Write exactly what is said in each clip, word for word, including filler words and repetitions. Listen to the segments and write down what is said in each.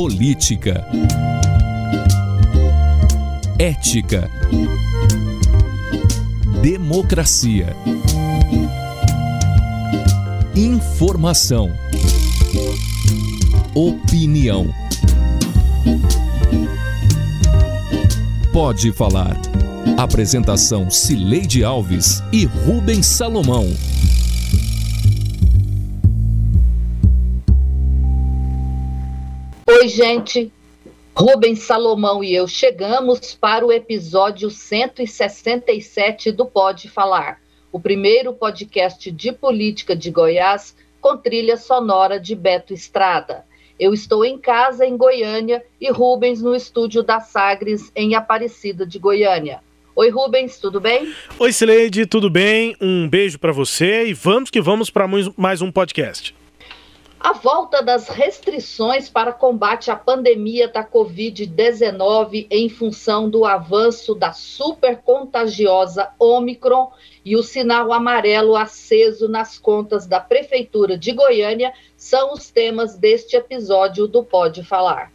política, ética, democracia, informação, opinião. Pode Falar. Apresentação: Cileide Alves e Rubens Salomão. Oi, gente. Rubens Salomão e eu chegamos para o episódio cento e sessenta e sete do Pode Falar, o primeiro podcast de política de Goiás com trilha sonora de Beto Estrada. Eu estou em casa, em Goiânia, e Rubens no estúdio da Sagres, em Aparecida de Goiânia. Oi, Rubens, tudo bem? Oi, Cileide, tudo bem? Um beijo para você e vamos que vamos para mais um podcast. A volta das restrições para combate à pandemia da covid dezenove em função do avanço da supercontagiosa Ômicron e o sinal amarelo aceso nas contas da Prefeitura de Goiânia são os temas deste episódio do Pode Falar.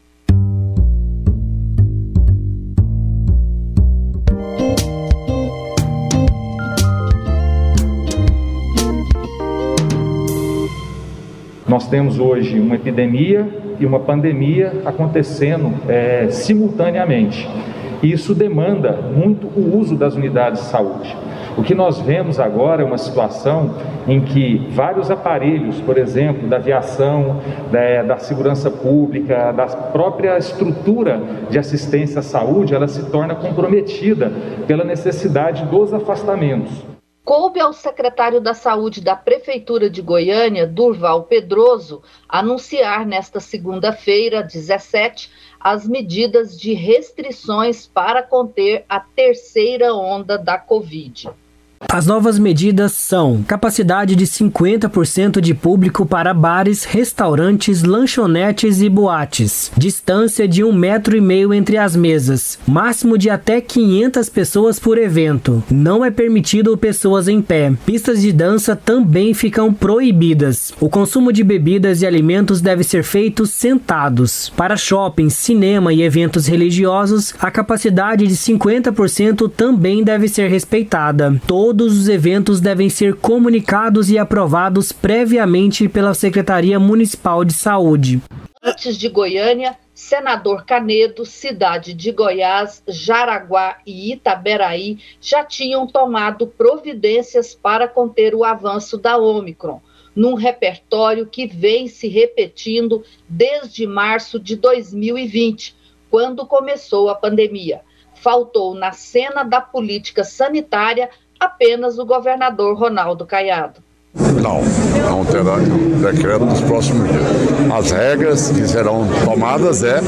Nós temos hoje uma epidemia e uma pandemia acontecendo é, simultaneamente. E isso demanda muito o uso das unidades de saúde. O que nós vemos agora é uma situação em que vários aparelhos, por exemplo, da aviação, da, da segurança pública, da própria estrutura de assistência à saúde, ela se torna comprometida pela necessidade dos afastamentos. Coube ao secretário da Saúde da Prefeitura de Goiânia, Durval Pedroso, anunciar nesta segunda-feira, dezessete, as medidas de restrições para conter a terceira onda da Covid. As novas medidas são: capacidade de cinquenta por cento de público para bares, restaurantes, lanchonetes e boates, distância de um metro e meio entre as mesas, máximo de até quinhentas pessoas por evento, não é permitido pessoas em pé, pistas de dança também ficam proibidas, o consumo de bebidas e alimentos deve ser feito sentados. Para shopping, cinema e eventos religiosos, a capacidade de cinquenta por cento também deve ser respeitada. Todos os eventos devem ser comunicados e aprovados previamente pela Secretaria Municipal de Saúde. Antes de Goiânia, Senador Canedo, Cidade de Goiás, Jaraguá e Itaberaí já tinham tomado providências para conter o avanço da Ômicron, num repertório que vem se repetindo desde março de dois mil e vinte, quando começou a pandemia. Faltou na cena da política sanitária apenas o governador Ronaldo Caiado. Não, não terá decreto nos próximos dias. As regras que serão tomadas é,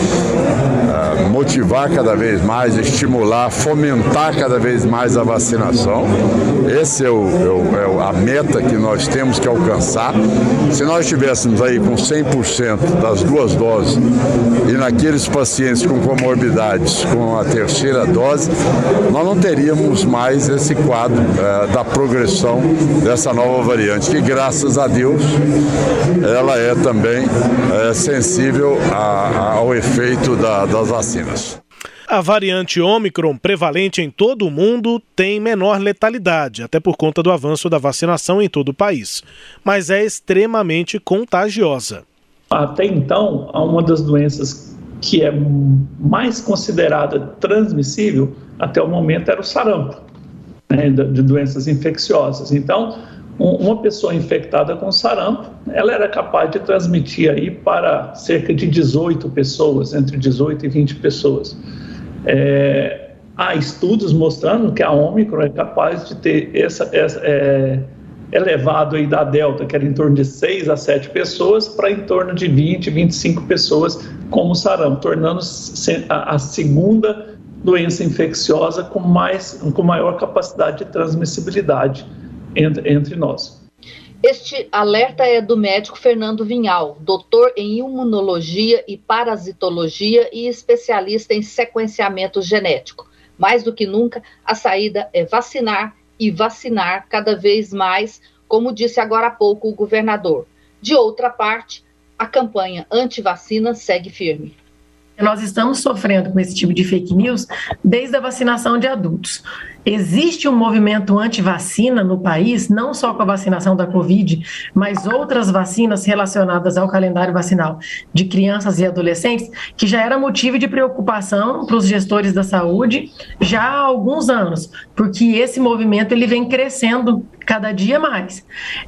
é motivar cada vez mais, estimular, fomentar cada vez mais a vacinação. Esse é, o, é, o, é a meta que nós temos que alcançar. Se nós estivéssemos aí com cem por cento das duas doses e naqueles pacientes com comorbidades com a terceira dose, nós não teríamos mais esse quadro é, da progressão dessa nova variante, que graças a Deus ela é também é, sensível a, a, ao efeito da, das vacinas. A variante Ômicron, prevalente em todo o mundo, tem menor letalidade, até por conta do avanço da vacinação em todo o país, mas é extremamente contagiosa. Até então, uma das doenças que é mais considerada transmissível até o momento era o sarampo, né, de doenças infecciosas. Então, uma pessoa infectada com sarampo, ela era capaz de transmitir aí para cerca de dezoito pessoas, entre dezoito e vinte pessoas. É, há estudos mostrando que a Ômicron é capaz de ter essa, essa é, elevado aí da Delta, que era em torno de seis a sete pessoas, para em torno de vinte, vinte e cinco pessoas como sarampo, tornando-se a, a segunda doença infecciosa com, mais, com maior capacidade de transmissibilidade Entre, entre nós. Este alerta é do médico Fernando Vinhal, doutor em imunologia e parasitologia e especialista em sequenciamento genético. Mais do que nunca, a saída é vacinar e vacinar cada vez mais, como disse agora há pouco o governador. De outra parte, a campanha anti-vacina segue firme. Nós estamos sofrendo com esse tipo de fake news desde a vacinação de adultos. Existe um movimento anti-vacina no país, não só com a vacinação da Covid, mas outras vacinas relacionadas ao calendário vacinal de crianças e adolescentes, que já era motivo de preocupação para os gestores da saúde já há alguns anos, porque esse movimento ele vem crescendo cada dia mais.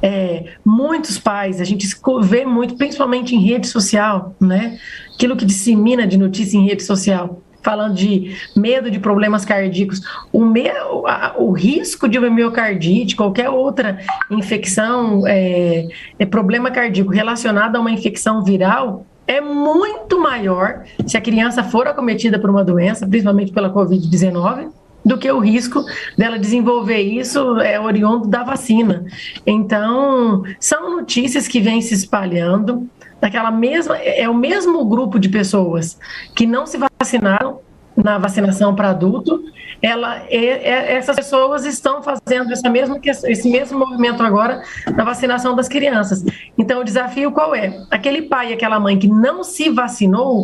É, muitos pais, a gente vê muito, principalmente em rede social, né? Aquilo que dissemina de notícia em rede social, falando de medo de problemas cardíacos, o, me, a, o risco de uma miocardite, qualquer outra infecção, é, é problema cardíaco relacionado a uma infecção viral, é muito maior se a criança for acometida por uma doença, principalmente pela covid dezenove, do que o risco dela desenvolver isso é oriundo da vacina. Então, são notícias que vêm se espalhando, daquela mesma, é o mesmo grupo de pessoas que não se vacinaram na vacinação para adulto, ela, é, é, essas pessoas estão fazendo essa mesma, esse mesmo movimento agora na vacinação das crianças. Então, o desafio qual é? Aquele pai e aquela mãe que não se vacinou,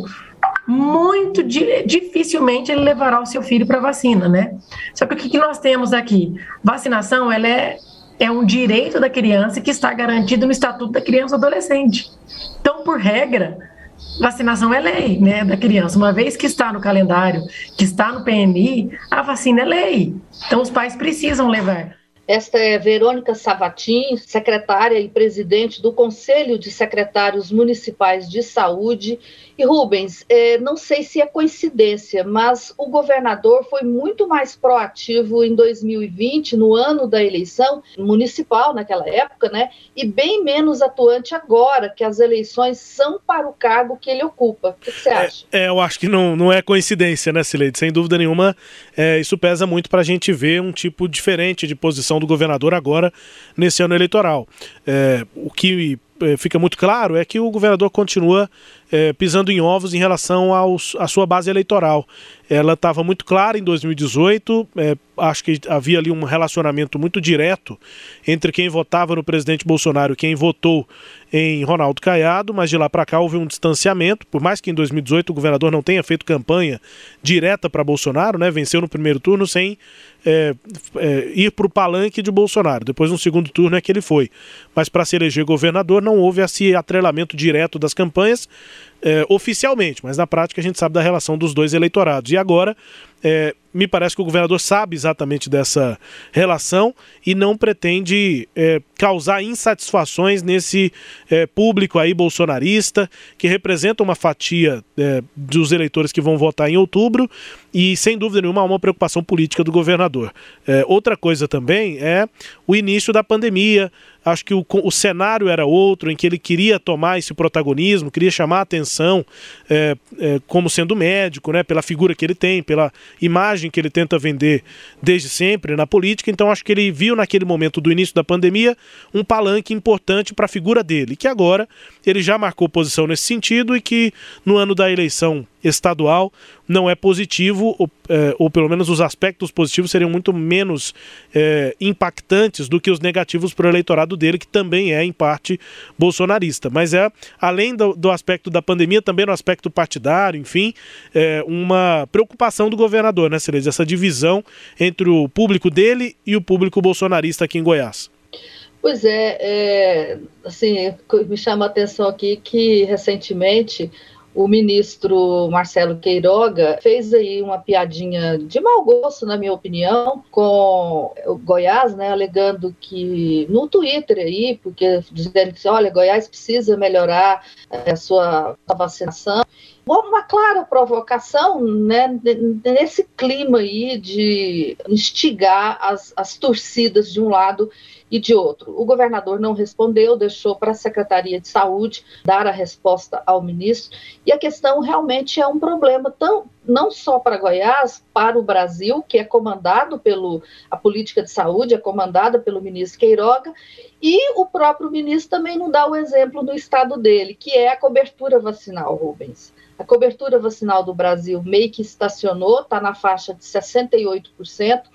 muito di- dificilmente ele levará o seu filho para vacina, né? Só que o que, que nós temos aqui? Vacinação, ela é, é um direito da criança que está garantido no Estatuto da Criança e Adolescente. Então, por regra, vacinação é lei, né, da criança. Uma vez que está no calendário, que está no P M I, a vacina é lei. Então, os pais precisam levar. Esta é Verônica Savatin, secretária e presidente do Conselho de Secretários Municipais de Saúde. E Rubens, é, não sei se é coincidência, mas o governador foi muito mais proativo em dois mil e vinte, no ano da eleição municipal, naquela época, né? E bem menos atuante agora, que as eleições são para o cargo que ele ocupa. O que, que você acha? É, é, eu acho que não, não é coincidência, né, Cileide? Sem dúvida nenhuma, é, isso pesa muito para a gente ver um tipo diferente de posição do governador agora nesse ano eleitoral. É, o que é, fica muito claro é que o governador continua é, pisando em ovos em relação aos, à sua base eleitoral. Ela estava muito clara em dois mil e dezoito, é, acho que havia ali um relacionamento muito direto entre quem votava no presidente Bolsonaro e quem votou em Ronaldo Caiado, mas de lá para cá houve um distanciamento, por mais que em dois mil e dezoito o governador não tenha feito campanha direta para Bolsonaro, né, venceu no primeiro turno sem é, é, ir para o palanque de Bolsonaro, depois no segundo turno é que ele foi, mas para se eleger governador não houve esse atrelamento direto das campanhas, É, oficialmente, mas na prática a gente sabe da relação dos dois eleitorados. E agora, é, me parece que o governador sabe exatamente dessa relação e não pretende é, causar insatisfações nesse é, público aí bolsonarista, que representa uma fatia é, dos eleitores que vão votar em outubro e, sem dúvida nenhuma, há uma preocupação política do governador. É, outra coisa também é o início da pandemia. Acho que o, o cenário era outro, em que ele queria tomar esse protagonismo, queria chamar a atenção é, é, como sendo médico, né, pela figura que ele tem, pela imagem que ele tenta vender desde sempre na política. Então acho que ele viu naquele momento do início da pandemia um palanque importante para a figura dele, que agora ele já marcou posição nesse sentido e que no ano da eleição estadual não é positivo, ou, é, ou pelo menos os aspectos positivos seriam muito menos é, impactantes do que os negativos para o eleitorado dele, que também é, em parte, bolsonarista. Mas é, além do, do aspecto da pandemia, também no aspecto partidário, enfim, é uma preocupação do governador, né, Cileide? Essa divisão entre o público dele e o público bolsonarista aqui em Goiás. Pois é, é assim, me chama a atenção aqui que, recentemente, o ministro Marcelo Queiroga fez aí uma piadinha de mau gosto, na minha opinião, com o Goiás, né, alegando que no Twitter aí, porque dizendo que, olha, Goiás precisa melhorar a sua vacinação. Uma clara provocação, né, nesse clima aí de instigar as, as torcidas de um lado e de outro. O governador não respondeu, deixou para a Secretaria de Saúde dar a resposta ao ministro, e a questão realmente é um problema tão, não só para Goiás, para o Brasil, que é comandado pelo, a política de saúde é comandada pelo ministro Queiroga, e o próprio ministro também não dá o exemplo no estado dele, que é a cobertura vacinal, Rubens. A cobertura vacinal do Brasil meio que estacionou, está na faixa de sessenta e oito por cento,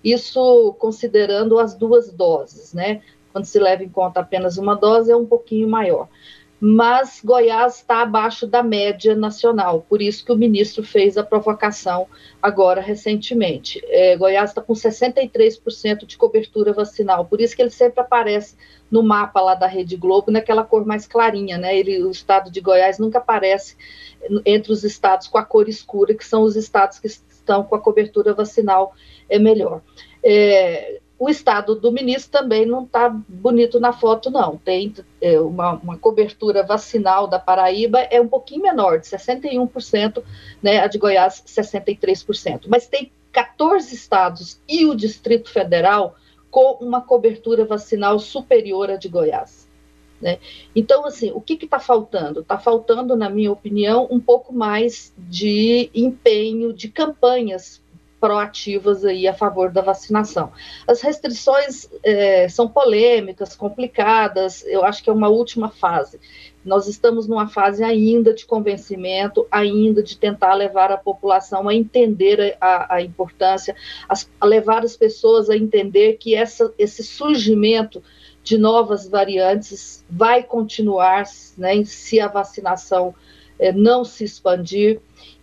isso considerando as duas doses, né? Quando se leva em conta apenas uma dose, é um pouquinho maior. mas Goiás está abaixo da média nacional, por isso que o ministro fez a provocação agora recentemente. É, Goiás está com sessenta e três por cento de cobertura vacinal, por isso que ele sempre aparece no mapa lá da Rede Globo, naquela cor mais clarinha, né? Ele, o estado de Goiás nunca aparece entre os estados com a cor escura, que são os estados que estão com a cobertura vacinal é melhor. É, o estado do ministro também não está bonito na foto, não. Tem é, uma, uma cobertura vacinal da Paraíba é um pouquinho menor, de sessenta e um por cento, né? A de Goiás, sessenta e três por cento. Mas tem quatorze estados e o Distrito Federal com uma cobertura vacinal superior à de Goiás, né? Então, assim, o que está faltando? Está faltando, na minha opinião, um pouco mais de empenho, de campanhas proativas aí a favor da vacinação. As restrições é, são polêmicas, complicadas, eu acho que é uma última fase. Nós estamos numa fase ainda de convencimento, ainda de tentar levar a população a entender a, a importância, as, a levar as pessoas a entender que essa, esse surgimento de novas variantes vai continuar, né, se a vacinação é, não se expandir.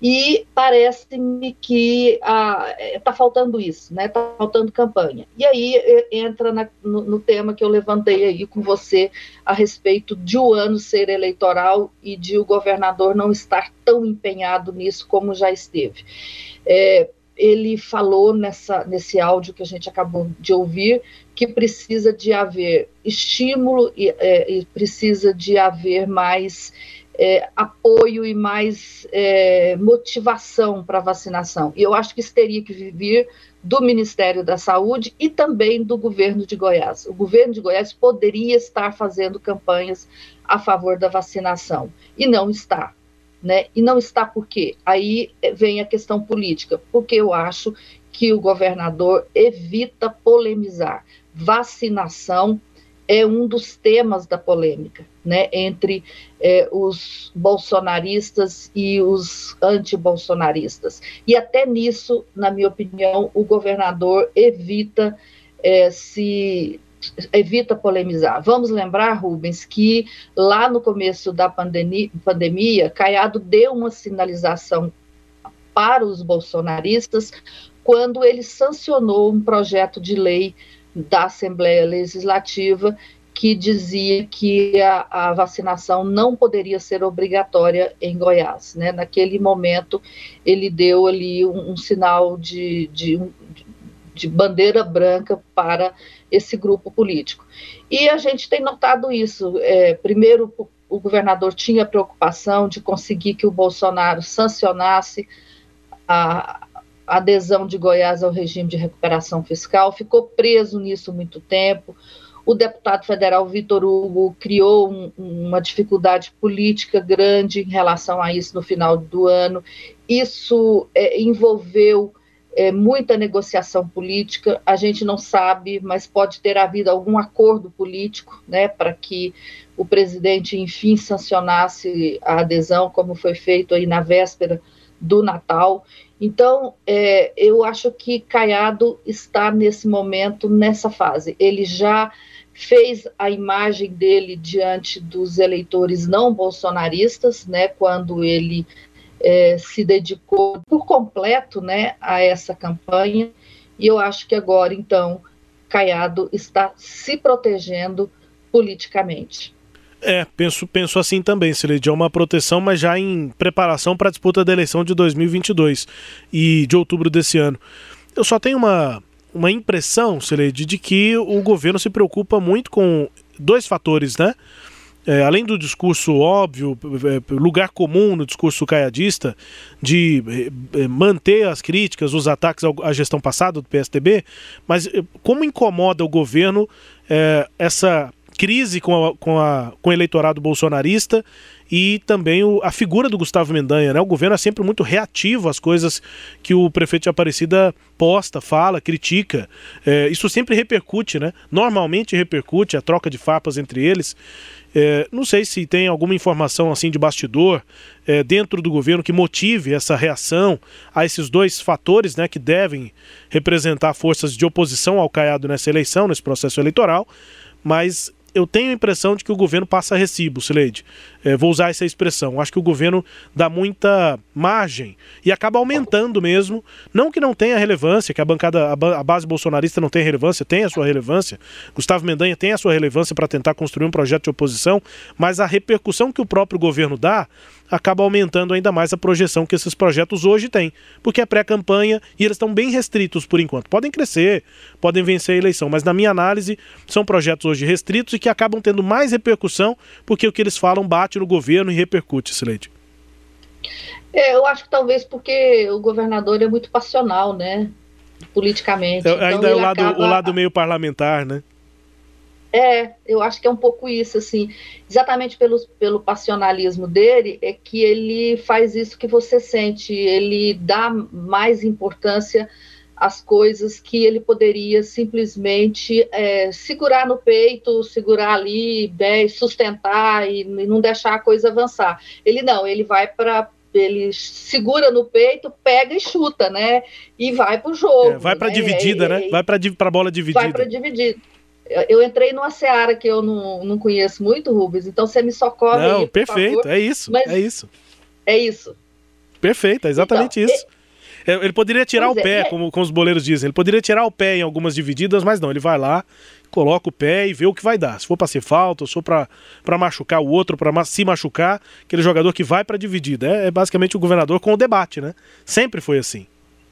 E parece-me que está faltando isso, né? Está faltando campanha. E aí entra na, no, no tema que eu levantei aí com você a respeito de o ano ser eleitoral e de o governador não estar tão empenhado nisso como já esteve. É, ele falou nessa, nesse áudio que a gente acabou de ouvir que precisa de haver estímulo e, é, e precisa de haver mais É, apoio e mais é, motivação para a vacinação. E eu acho que isso teria que vir do Ministério da Saúde e também do governo de Goiás. O governo de Goiás poderia estar fazendo campanhas a favor da vacinação, e não está, né? E não está por quê? Aí vem a questão política, porque eu acho que o governador evita polemizar. Vacinação é um dos temas da polêmica, né, entre é, os bolsonaristas e os antibolsonaristas. E até nisso, na minha opinião, o governador evita, é, se, evita polemizar. Vamos lembrar, Rubens, que lá no começo da pandemia, pandemia, Caiado deu uma sinalização para os bolsonaristas quando ele sancionou um projeto de lei da Assembleia Legislativa que dizia que a, a vacinação não poderia ser obrigatória em Goiás, né? Naquele momento, ele deu ali um, um sinal de, de, de bandeira branca para esse grupo político. E a gente tem notado isso. É, primeiro, o governador tinha preocupação de conseguir que o Bolsonaro sancionasse a a adesão de Goiás ao regime de recuperação fiscal, ficou preso nisso muito tempo. O deputado federal Vitor Hugo criou um, uma dificuldade política grande em relação a isso no final do ano. Isso é, envolveu é, muita negociação política, a gente não sabe, mas pode ter havido algum acordo político, né, para que o presidente, enfim, sancionasse a adesão, como foi feito aí na véspera do Natal. Então, é, eu acho que Caiado está nesse momento, nessa fase. Ele já fez a imagem dele diante dos eleitores não bolsonaristas, né, quando ele é, se dedicou por completo, né, a essa campanha, e eu acho que agora, então, Caiado está se protegendo politicamente. É, penso, penso assim também, Cileide, é uma proteção, mas já em preparação para a disputa da eleição de dois mil e vinte e dois e de outubro desse ano. Eu só tenho uma, uma impressão, Cileide, de que o governo se preocupa muito com dois fatores, né? É, além do discurso óbvio, é, lugar comum no discurso caiadista, de é, manter as críticas, os ataques à gestão passada do P S D B, mas é, como incomoda o governo é, essa crise com, a, com, a, com o eleitorado bolsonarista e também o, a figura do Gustavo Mendanha, né? O governo é sempre muito reativo às coisas que o prefeito de Aparecida posta, fala, critica. É, isso sempre repercute, né? Normalmente repercute a troca de farpas entre eles. É, não sei se tem alguma informação assim de bastidor é, dentro do governo que motive essa reação a esses dois fatores, né, que devem representar forças de oposição ao Caiado nessa eleição, nesse processo eleitoral. Mas eu tenho a impressão de que o governo passa recibo, Cileide. É, vou usar essa expressão. Acho que o governo dá muita margem e acaba aumentando mesmo. Não que não tenha relevância, que a bancada, a, ba- a base bolsonarista não tem relevância, tem a sua relevância. Gustavo Mendanha tem a sua relevância para tentar construir um projeto de oposição, mas a repercussão que o próprio governo dá acaba aumentando ainda mais a projeção que esses projetos hoje têm, porque é pré-campanha e eles estão bem restritos por enquanto. Podem crescer, podem vencer a eleição, mas na minha análise são projetos hoje restritos e que acabam tendo mais repercussão porque o que eles falam bate no governo e repercute, Cileide. É, eu acho que talvez porque o governador é muito passional, né, politicamente. É, então ainda é o lado, acaba... o lado meio parlamentar, né? É, eu acho que é um pouco isso, assim, exatamente pelo, pelo passionalismo dele, é que ele faz isso que você sente, ele dá mais importância às coisas que ele poderia simplesmente é, segurar no peito, segurar ali, né, sustentar e, e não deixar a coisa avançar. Ele não, ele vai para... ele segura no peito, pega e chuta, né, e vai para o jogo. É, vai para né? dividida, é, né, vai para a bola dividida. Vai para dividida. Eu entrei numa seara que eu não, não conheço muito, Rubens, então você me socorre não, aí, por perfeito, favor. é isso, Mas é isso. É isso. Perfeito, é exatamente então, isso. É... Ele poderia tirar pois o pé, é. como, como os boleiros dizem, ele poderia tirar o pé em algumas divididas, mas não, ele vai lá, coloca o pé e vê o que vai dar. Se for para ser falta, se for para machucar o outro, para se machucar, aquele jogador que vai para dividida. É, é basicamente o governador com o debate, né? Sempre foi assim.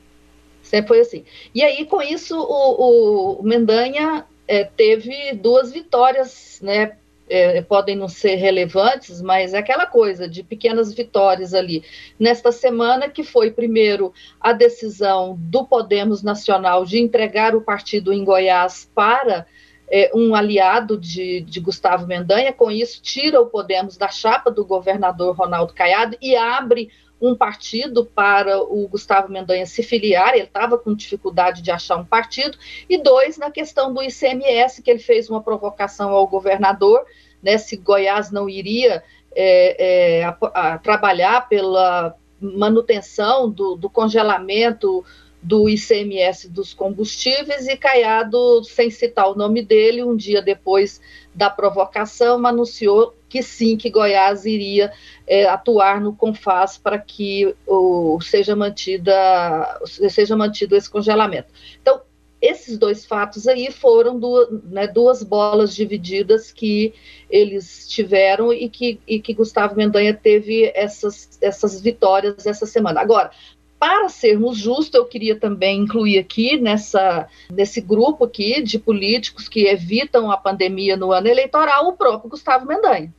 Sempre foi assim. E aí, com isso, o, o Mendanha... É, teve duas vitórias, né, é, podem não ser relevantes, mas é aquela coisa de pequenas vitórias ali. Nesta semana, que foi, primeiro, a decisão do Podemos Nacional de entregar o partido em Goiás para é, um aliado de, de Gustavo Mendanha, com isso tira o Podemos da chapa do governador Ronaldo Caiado e abre um partido para o Gustavo Mendanha se filiar, ele estava com dificuldade de achar um partido, e dois, na questão do I C M S, que ele fez uma provocação ao governador, né, se Goiás não iria é, é, a, a trabalhar pela manutenção do, do congelamento do I C M S dos combustíveis, e Caiado, sem citar o nome dele, um dia depois da provocação, anunciou que sim, que Goiás iria é, atuar no CONFAS para que o, seja, mantida, seja mantido esse congelamento. Então, esses dois fatos aí foram duas, né, duas bolas divididas que eles tiveram e que, e que Gustavo Mendanha teve essas, essas vitórias essa semana. Agora, para sermos justos, eu queria também incluir aqui nessa, nesse grupo aqui de políticos que evitam a pandemia no ano eleitoral o próprio Gustavo Mendanha.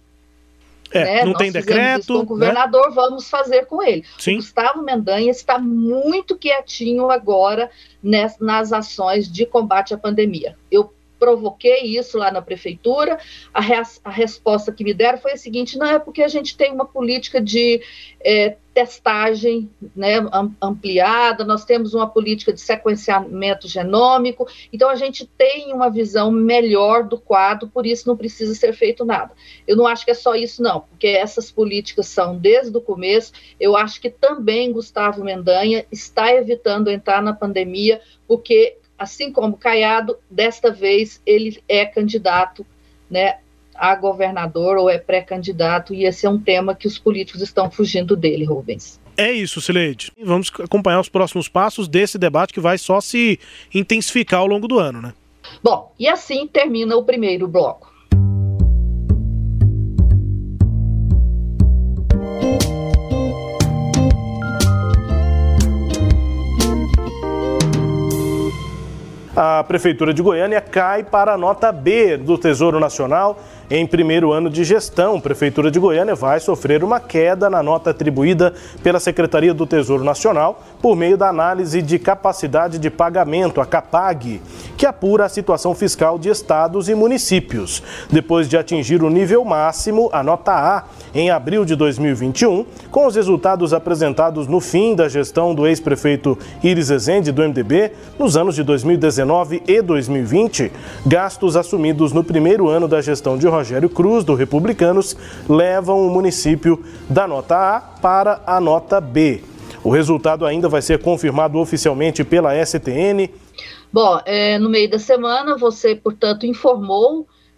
É, né? não Nós tem decreto, isso com o governador, né? Vamos fazer com ele. Sim. O Gustavo Mendanha está muito quietinho agora nas, nas ações de combate à pandemia. Eu provoquei isso lá na prefeitura, a, res, a resposta que me deram foi a seguinte: não, é porque a gente tem uma política de é, testagem, né, ampliada, nós temos uma política de sequenciamento genômico, então a gente tem uma visão melhor do quadro, por isso não precisa ser feito nada. Eu não acho que é só isso não, porque essas políticas são desde o começo. Eu acho que também Gustavo Mendanha está evitando entrar na pandemia, porque assim como Caiado, desta vez ele é candidato, né, a governador ou é pré-candidato, e esse é um tema que os políticos estão fugindo dele, Rubens. É isso, Cileide. Vamos acompanhar os próximos passos desse debate que vai só se intensificar ao longo do ano, né? Bom, e assim termina o primeiro bloco. A Prefeitura de Goiânia cai para a nota B do Tesouro Nacional em primeiro ano de gestão. A Prefeitura de Goiânia vai sofrer uma queda na nota atribuída pela Secretaria do Tesouro Nacional por meio da análise de capacidade de pagamento, a CAPAG, que apura a situação fiscal de estados e municípios. Depois de atingir o nível máximo, a nota A, em abril de dois mil e vinte e um, com os resultados apresentados no fim da gestão do ex-prefeito Iris Ezende, do M D B, nos anos de dois mil e dezenove e dois mil e vinte, gastos assumidos no primeiro ano da gestão de Rogério Cruz, do Republicanos, levam o município da nota A para a nota B. O resultado ainda vai ser confirmado oficialmente pela S T N. Bom, é, no meio da semana você, portanto, informou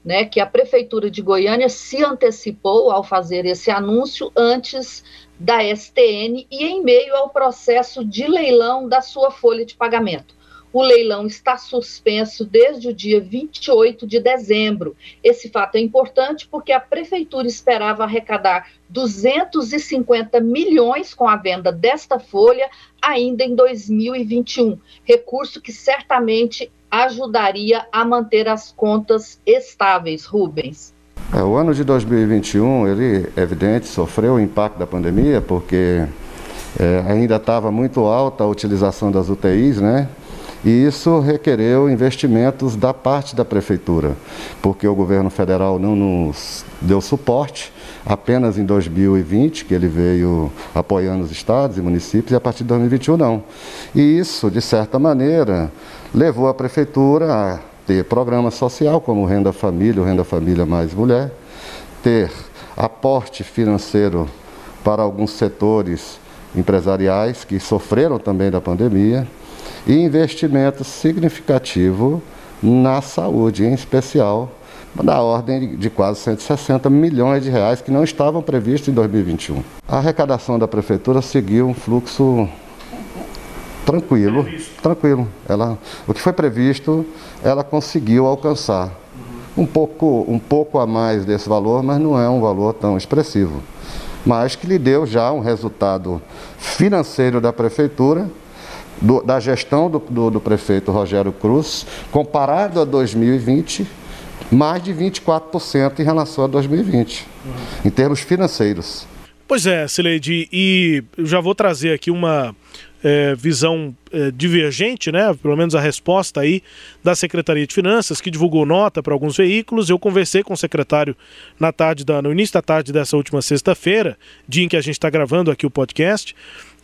né, que a Prefeitura de Goiânia se antecipou ao fazer esse anúncio antes da S T N e em meio ao processo de leilão da sua folha de pagamento. O leilão está suspenso desde o dia vinte e oito de dezembro. Esse fato é importante porque a Prefeitura esperava arrecadar duzentos e cinquenta milhões com a venda desta folha ainda em dois mil e vinte e um, recurso que certamente ajudaria a manter as contas estáveis. Rubens. É, o ano de dois mil e vinte e um, ele, é evidente, sofreu o impacto da pandemia, porque é, ainda estava muito alta a utilização das U T Is, né? E isso requereu investimentos da parte da Prefeitura, porque o governo federal não nos deu suporte, apenas em dois mil e vinte, que ele veio apoiando os estados e municípios, e a partir de dois mil e vinte e um não. E isso, de certa maneira, levou a Prefeitura a ter programa social, como Renda Família, ou Renda Família Mais Mulher, ter aporte financeiro para alguns setores empresariais que sofreram também da pandemia, e investimento significativo na saúde, em especial da ordem de quase cento e sessenta milhões de reais que não estavam previstos em dois mil e vinte e um. A arrecadação da Prefeitura seguiu um fluxo tranquilo, tranquilo. Ela, o que foi previsto, ela conseguiu alcançar. Um pouco, um pouco a mais desse valor, mas não é um valor tão expressivo. Mas que lhe deu já um resultado financeiro da Prefeitura, Do, da gestão do, do, do prefeito Rogério Cruz, comparado a dois mil e vinte, mais de vinte e quatro por cento em relação a dois mil e vinte, uhum. em termos financeiros. Pois é, Cileide, e eu já vou trazer aqui uma é, visão é, divergente, né? Pelo menos a resposta aí da Secretaria de Finanças, que divulgou nota para alguns veículos. Eu conversei com o secretário na tarde da, no início da tarde dessa última sexta-feira, dia em que a gente está gravando aqui o podcast.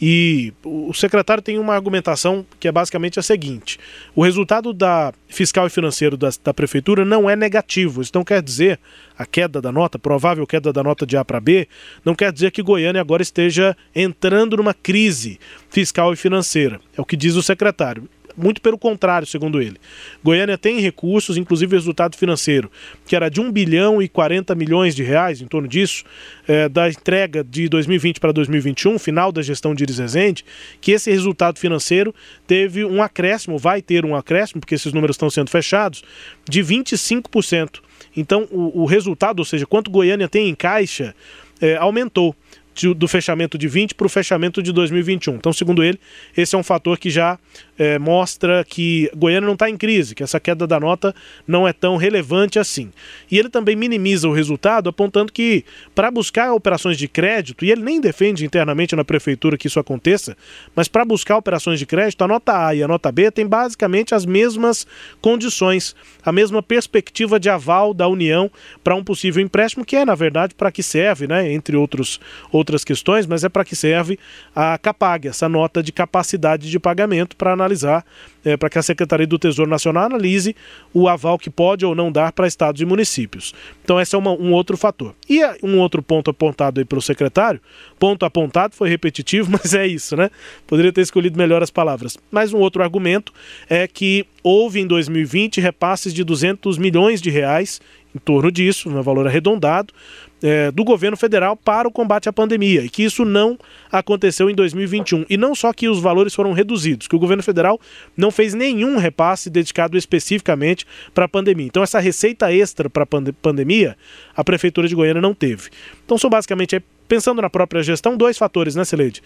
E o secretário tem uma argumentação que é basicamente a seguinte: o resultado da fiscal e financeiro da, da Prefeitura não é negativo. Isso não quer dizer, a queda da nota, provável queda da nota de A para B, não quer dizer que Goiânia agora esteja entrando numa crise fiscal e financeira. É o que diz o secretário. Muito pelo contrário, segundo ele. Goiânia tem recursos, inclusive resultado financeiro, que era de um bilhão e quarenta milhões de reais, em torno disso, é, da entrega de dois mil e vinte para dois mil e vinte e um, final da gestão de Iris Rezende, que esse resultado financeiro teve um acréscimo, vai ter um acréscimo, porque esses números estão sendo fechados, de vinte e cinco por cento. Então, o, o resultado, ou seja, quanto Goiânia tem em caixa, é, aumentou do fechamento de vinte para o fechamento de dois mil e vinte e um. Então, segundo ele, esse é um fator que já é, mostra que Goiânia não está em crise, que essa queda da nota não é tão relevante assim. E ele também minimiza o resultado, apontando que para buscar operações de crédito, e ele nem defende internamente na Prefeitura que isso aconteça, mas para buscar operações de crédito, a nota A e a nota B têm basicamente as mesmas condições, a mesma perspectiva de aval da União para um possível empréstimo, que é, na verdade, para que serve, né, entre outros outras questões, mas é para que serve a Capag, essa nota de capacidade de pagamento, para analisar, é, para que a Secretaria do Tesouro Nacional analise o aval que pode ou não dar para estados e municípios. Então esse é uma, um outro fator. E um outro ponto apontado aí pelo secretário, ponto apontado, foi repetitivo, mas é isso, né? Poderia ter escolhido melhor as palavras. Mas um outro argumento é que houve em dois mil e vinte repasses de duzentos milhões de reais, em torno disso, um valor arredondado, É, do governo federal para o combate à pandemia, e que isso não aconteceu em dois mil e vinte e um. E não só que os valores foram reduzidos, que o governo federal não fez nenhum repasse dedicado especificamente para a pandemia. Então essa receita extra para a pand- pandemia, a Prefeitura de Goiânia não teve. Então são basicamente, é, pensando na própria gestão, dois fatores, né, Cileide?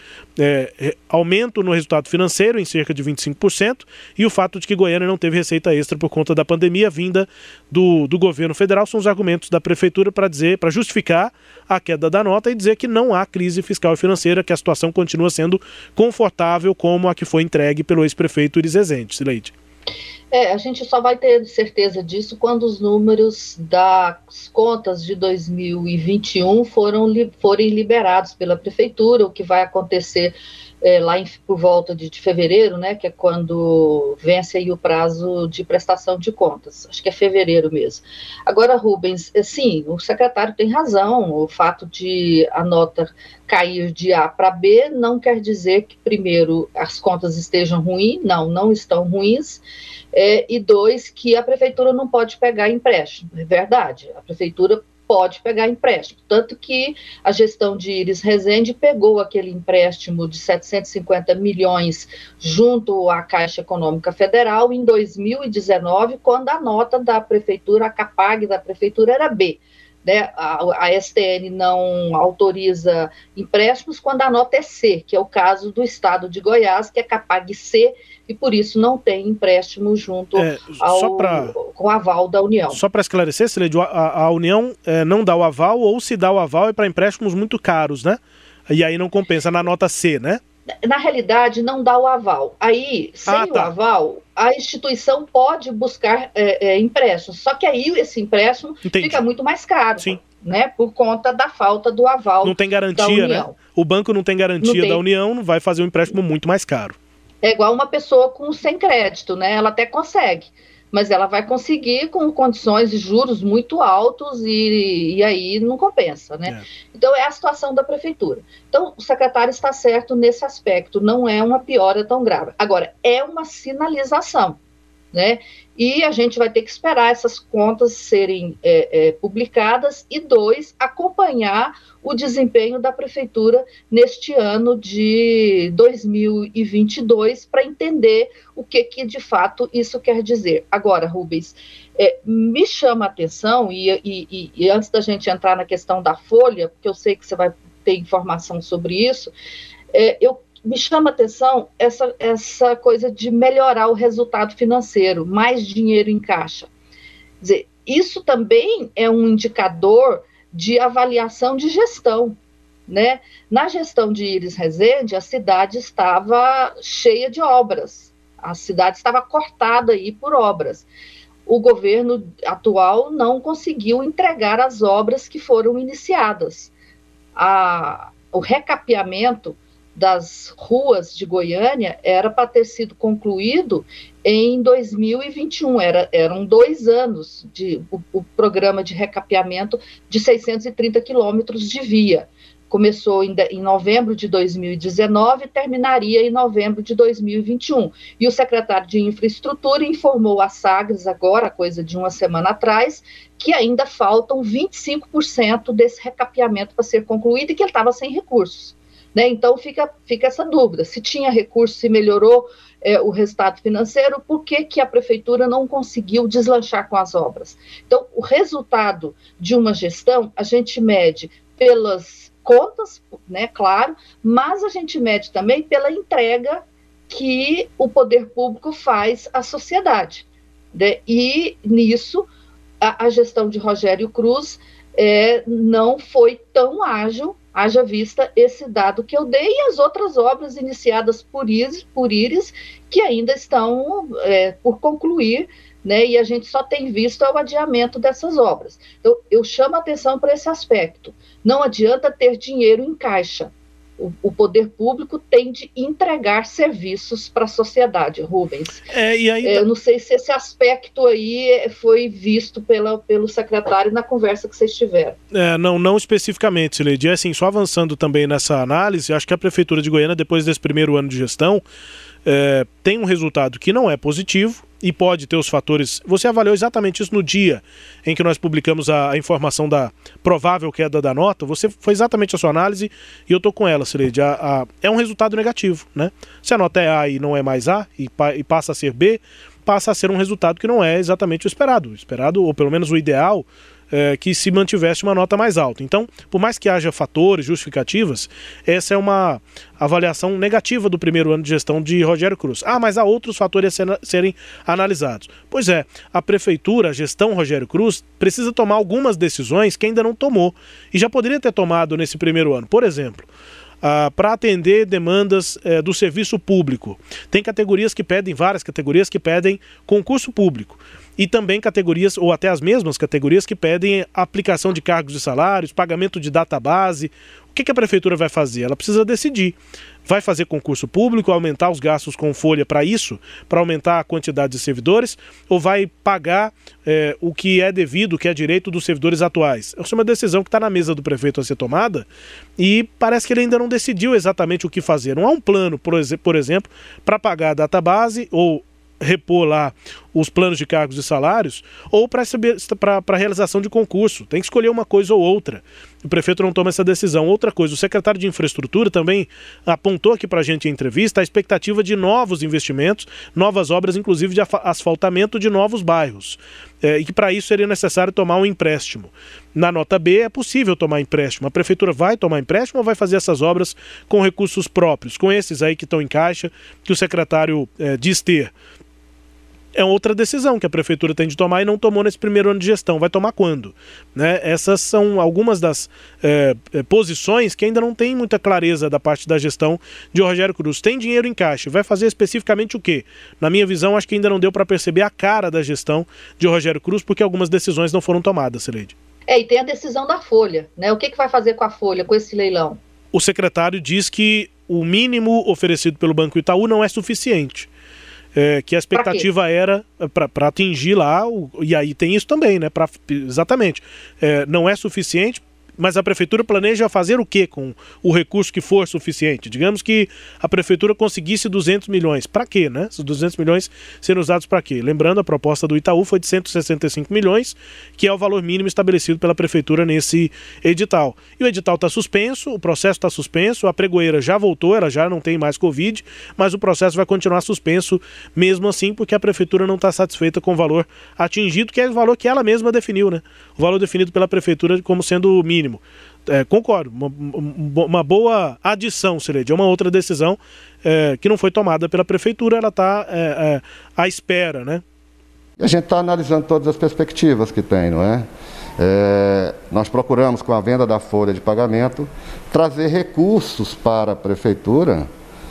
É, aumento no resultado financeiro em cerca de vinte e cinco por cento e o fato de que Goiânia não teve receita extra por conta da pandemia vinda do, do governo federal. São os argumentos da Prefeitura para dizer, para justificar a queda da nota e dizer que não há crise fiscal e financeira, que a situação continua sendo confortável como a que foi entregue pelo ex-prefeito Iris Rezende. Cileide. É, a gente só vai ter certeza disso quando os números das contas de dois mil e vinte e um foram, forem liberados pela Prefeitura, o que vai acontecer é, lá em, por volta de, de fevereiro, né, que é quando vence aí o prazo de prestação de contas. Acho que é fevereiro mesmo. Agora, Rubens, sim, o secretário tem razão. O fato de a nota cair de A para B não quer dizer que, primeiro, as contas estejam ruins. Não, não estão ruins. É, e dois, que a prefeitura não pode pegar empréstimo. É verdade, a prefeitura pode pegar empréstimo, tanto que a gestão de Iris Rezende pegou aquele empréstimo de setecentos e cinquenta milhões junto à Caixa Econômica Federal em dois mil e dezenove, quando a nota da prefeitura, a CAPAG da prefeitura era B. Né? A, a S T N não autoriza empréstimos quando a nota é C, que é o caso do estado de Goiás, que é CAPAG C, e por isso não tem empréstimo junto é, ao, pra, com aval da União. Só para esclarecer, Sileide, a, a União é, não dá o aval, ou se dá o aval é para empréstimos muito caros, né? E aí não compensa na nota C, né? Na realidade, não dá o aval. Aí, sem ah, tá. o aval, a instituição pode buscar é, é, empréstimos. Só que aí esse empréstimo Entendi. fica muito mais caro. Sim. Né, por conta da falta do aval. Não tem garantia, né? O banco não tem garantia não tem. da União, vai fazer um empréstimo muito mais caro. É igual uma pessoa com sem crédito, né? Ela até consegue, mas ela vai conseguir com condições de juros muito altos e, e aí não compensa, né? É. Então, é a situação da prefeitura. Então, o secretário está certo nesse aspecto, não é uma piora tão grave. Agora, é uma sinalização, né? E a gente vai ter que esperar essas contas serem é, é, publicadas e, dois, acompanhar o desempenho da prefeitura neste ano de dois mil e vinte e dois para entender o que, que, de fato, isso quer dizer. Agora, Rubens, é, me chama a atenção, e, e, e antes da gente entrar na questão da folha, porque eu sei que você vai ter informação sobre isso, é, eu me chama a atenção essa, essa coisa de melhorar o resultado financeiro, mais dinheiro em caixa. Quer dizer, isso também é um indicador de avaliação de gestão, né? Na gestão de Iris Rezende, a cidade estava cheia de obras, a cidade estava cortada aí por obras. O governo atual não conseguiu entregar as obras que foram iniciadas. A, o recapeamento das ruas de Goiânia era para ter sido concluído em dois mil e vinte e um, era, eram dois anos de o, o programa de recapeamento de seiscentos e trinta quilômetros de via. Começou em, em novembro de dois mil e dezenove e terminaria em novembro de dois mil e vinte e um. E o secretário de Infraestrutura informou a Sagres agora, coisa de uma semana atrás, que ainda faltam vinte e cinco por cento desse recapeamento para ser concluído e que ele estava sem recursos. Né? Então fica, fica essa dúvida, se tinha recurso, se melhorou é, o resultado financeiro, por que, que a prefeitura não conseguiu deslanchar com as obras? Então, o resultado de uma gestão, a gente mede pelas contas, né, claro, mas a gente mede também pela entrega que o poder público faz à sociedade. Né? E nisso, a, a gestão de Rogério Cruz é, não foi tão ágil, haja vista esse dado que eu dei e as outras obras iniciadas por Iris, por Iris que ainda estão é, por concluir, né, e a gente só tem visto o adiamento dessas obras. Então, eu chamo a atenção para esse aspecto. Não adianta ter dinheiro em caixa. O, o poder público tem de entregar serviços para a sociedade, Rubens. É, e aí... é, eu não sei se esse aspecto aí foi visto pela, pelo secretário na conversa que vocês tiveram. É, não, não especificamente, Sileide. É assim, só avançando também nessa análise, acho que a Prefeitura de Goiânia, depois desse primeiro ano de gestão, é, tem um resultado que não é positivo, e pode ter os fatores... Você avaliou exatamente isso no dia em que nós publicamos a, a informação da provável queda da nota. Você foi exatamente a sua análise e eu estou com ela, Sileide. A, a, é um resultado negativo, né? Se a nota é A e não é mais A e, pa, e passa a ser B, passa a ser um resultado que não é exatamente o esperado. O esperado, ou pelo menos o ideal, é que se mantivesse uma nota mais alta. Então, por mais que haja fatores, justificativas, essa é uma avaliação negativa do primeiro ano de gestão de Rogério Cruz. Ah, mas há outros fatores a serem analisados. Pois é, a prefeitura, a gestão Rogério Cruz, precisa tomar algumas decisões que ainda não tomou e já poderia ter tomado nesse primeiro ano. Por exemplo, Uh, para atender demandas uh, do serviço público. Tem categorias que pedem, várias categorias que pedem concurso público. E também categorias, ou até as mesmas categorias, que pedem aplicação de cargos e salários, pagamento de database, O que, que a prefeitura vai fazer? Ela precisa decidir. Vai fazer concurso público, aumentar os gastos com folha para isso, para aumentar a quantidade de servidores, ou vai pagar é, o que é devido, o que é direito dos servidores atuais? Essa é uma decisão que está na mesa do prefeito a ser tomada e parece que ele ainda não decidiu exatamente o que fazer. Não há um plano, por, ex- por exemplo, para pagar a database ou repor lá os planos de cargos e salários, ou para a realização de concurso. Tem que escolher uma coisa ou outra. O prefeito não toma essa decisão. Outra coisa, o secretário de Infraestrutura também apontou aqui para a gente em entrevista a expectativa de novos investimentos, novas obras, inclusive de asfaltamento de novos bairros. É, e que para isso seria necessário tomar um empréstimo. Na nota B é possível tomar empréstimo. A prefeitura vai tomar empréstimo ou vai fazer essas obras com recursos próprios, com esses aí que estão em caixa, que o secretário é, diz ter? É outra decisão que a prefeitura tem de tomar e não tomou nesse primeiro ano de gestão. Vai tomar quando? Né? Essas são algumas das é, é, posições que ainda não tem muita clareza da parte da gestão de Rogério Cruz. Tem dinheiro em caixa, vai fazer especificamente o quê? Na minha visão, acho que ainda não deu para perceber a cara da gestão de Rogério Cruz, porque algumas decisões não foram tomadas, Sileide. É, e tem a decisão da Folha, né? O que, que vai fazer com a Folha, com esse leilão? O secretário diz que o mínimo oferecido pelo Banco Itaú não é suficiente. É, que a expectativa era para atingir lá, o, e aí tem isso também, né? Pra, exatamente. É, não é suficiente, mas a prefeitura planeja fazer o quê com o recurso que for suficiente? Digamos que a prefeitura conseguisse duzentos milhões. Para quê, né? Esses duzentos milhões serem usados para quê? Lembrando, a proposta do Itaú foi de cento e sessenta e cinco milhões, que é o valor mínimo estabelecido pela prefeitura nesse edital. E o edital está suspenso, o processo está suspenso, a pregoeira já voltou, ela já não tem mais Covid, mas o processo vai continuar suspenso mesmo assim, porque a prefeitura não está satisfeita com o valor atingido, que é o valor que ela mesma definiu, né? O valor definido pela prefeitura como sendo o mínimo. É, concordo, uma, uma boa adição, Sileide, é uma outra decisão é, que não foi tomada pela prefeitura, ela está é, é, à espera, né? A gente está analisando todas as perspectivas que tem, não é? é? Nós procuramos, com a venda da folha de pagamento, trazer recursos para a prefeitura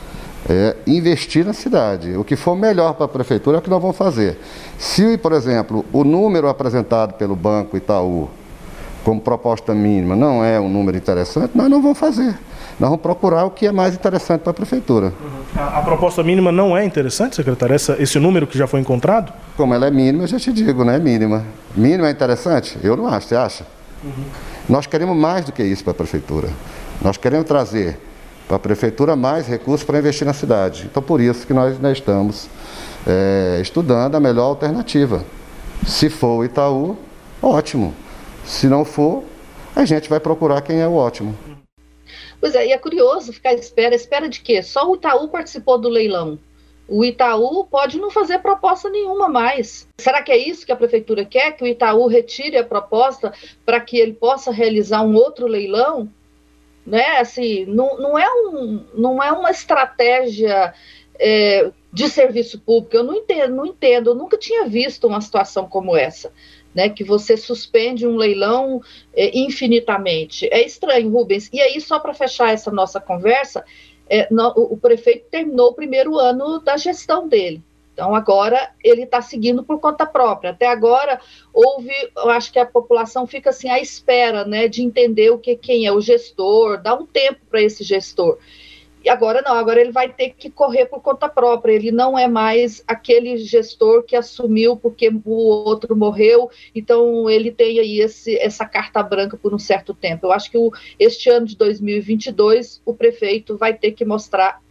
é, investir na cidade. O que for melhor para a prefeitura é o que nós vamos fazer. Se, por exemplo, o número apresentado pelo Banco Itaú como proposta mínima não é um número interessante, nós não vamos fazer. Nós vamos procurar o que é mais interessante para a prefeitura. Uhum. A, a proposta mínima não é interessante, secretário? Essa, esse número que já foi encontrado? Como ela é mínima, eu já te digo, né? Mínima. Mínima é interessante? Eu não acho, você acha? Uhum. Nós queremos mais do que isso para a prefeitura. Nós queremos trazer para a prefeitura mais recursos para investir na cidade. Então, por isso que nós ainda estamos é, estudando a melhor alternativa. Se for o Itaú, ótimo. Se não for, a gente vai procurar quem é o ótimo. Pois é, e é curioso ficar à espera. Espera de quê? Só o Itaú participou do leilão. O Itaú pode não fazer proposta nenhuma mais. Será que é isso que a prefeitura quer? Que o Itaú retire a proposta para que ele possa realizar um outro leilão? Né? Assim, não, não, é, um, não é uma estratégia é, de serviço público. Eu não entendo, não entendo. Eu nunca tinha visto uma situação como essa. Né, que você suspende um leilão é, infinitamente. É estranho, Rubens. E aí, só para fechar essa nossa conversa, é, no, o, o prefeito terminou o primeiro ano da gestão dele. Então, agora, ele está seguindo por conta própria. Até agora, houve, eu acho que a população fica assim à espera, né, de entender o que, quem é o gestor, dá um tempo para esse gestor. E agora não, agora ele vai ter que correr por conta própria, ele não é mais aquele gestor que assumiu porque o outro morreu, então ele tem aí esse, essa carta branca por um certo tempo. Eu acho que o, este ano de dois mil e vinte e dois, o prefeito vai ter que mostrar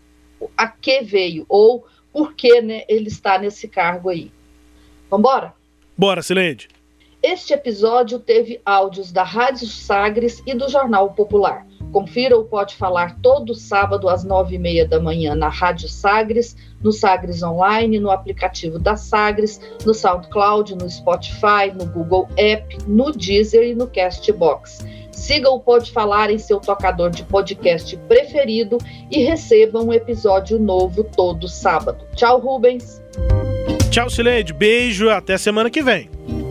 a que veio, ou por que, né, ele está nesse cargo aí. Vamos embora? Bora, Sileide. Este episódio teve áudios da Rádio Sagres e do Jornal Popular. Confira o Pode Falar todo sábado às nove e meia da manhã na Rádio Sagres, no Sagres Online, no aplicativo da Sagres, no SoundCloud, no Spotify, no Google App, no Deezer e no Castbox. Siga o Pode Falar em seu tocador de podcast preferido e receba um episódio novo todo sábado. Tchau, Rubens. Tchau, Sileide. Beijo, até semana que vem.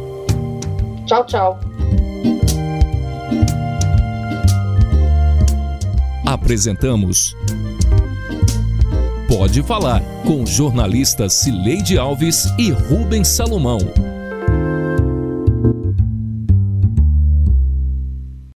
Tchau, tchau. Apresentamos Pode Falar, com jornalistas Sileide Alves e Rubens Salomão.